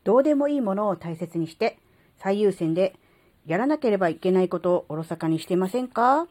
どうでもいいものを大切にして、最優先でやらなければいけないことをおろそかにしてませんか？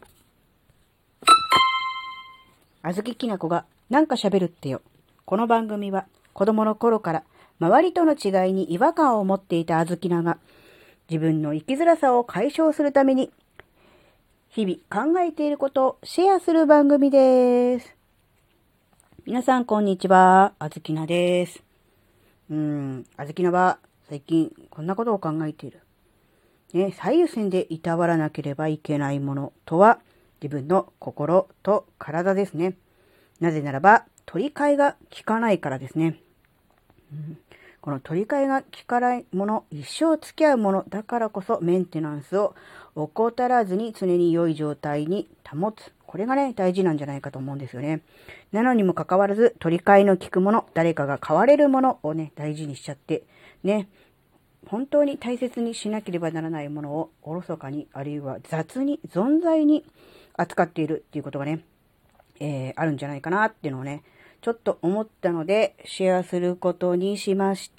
あずききなこがなんか喋るってよ。この番組は子供の頃から周りとの違いに違和感を持っていたあずきなが自分の生きづらさを解消するために日々考えていることをシェアする番組です。皆さんこんにちは。あずきなです。あずきなは最近こんなことを考えている。最優先でいたわらなければいけないものとは自分の心と体ですね。なぜならば取り替えが効かないからですね。この取り替えが効かないもの、一生付き合うものだからこそメンテナンスを怠らずに常に良い状態に保つ。これがね、大事なんじゃないかと思うんですよね。なのにもかかわらず取り替えの効くもの、誰かが変われるものをね、大事にしちゃって、ね、本当に大切にしなければならないものをおろそかに、あるいは雑に、存在に扱っているっていうことがね、あるんじゃないかなっていうのをね、ちょっと思ったのでシェアすることにしました。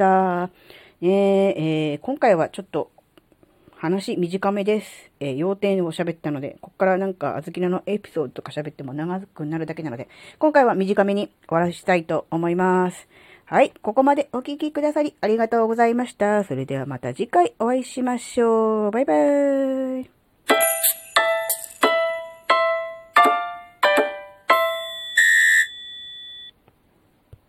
今回はちょっと話短めです。要点を喋ったので、ここからなんかあずきなのエピソードとか喋っても長くなるだけなので、今回は短めに終わらせたいと思います。はい、ここまでお聞きくださりありがとうございました。それではまた次回お会いしましょう。バイバーイ。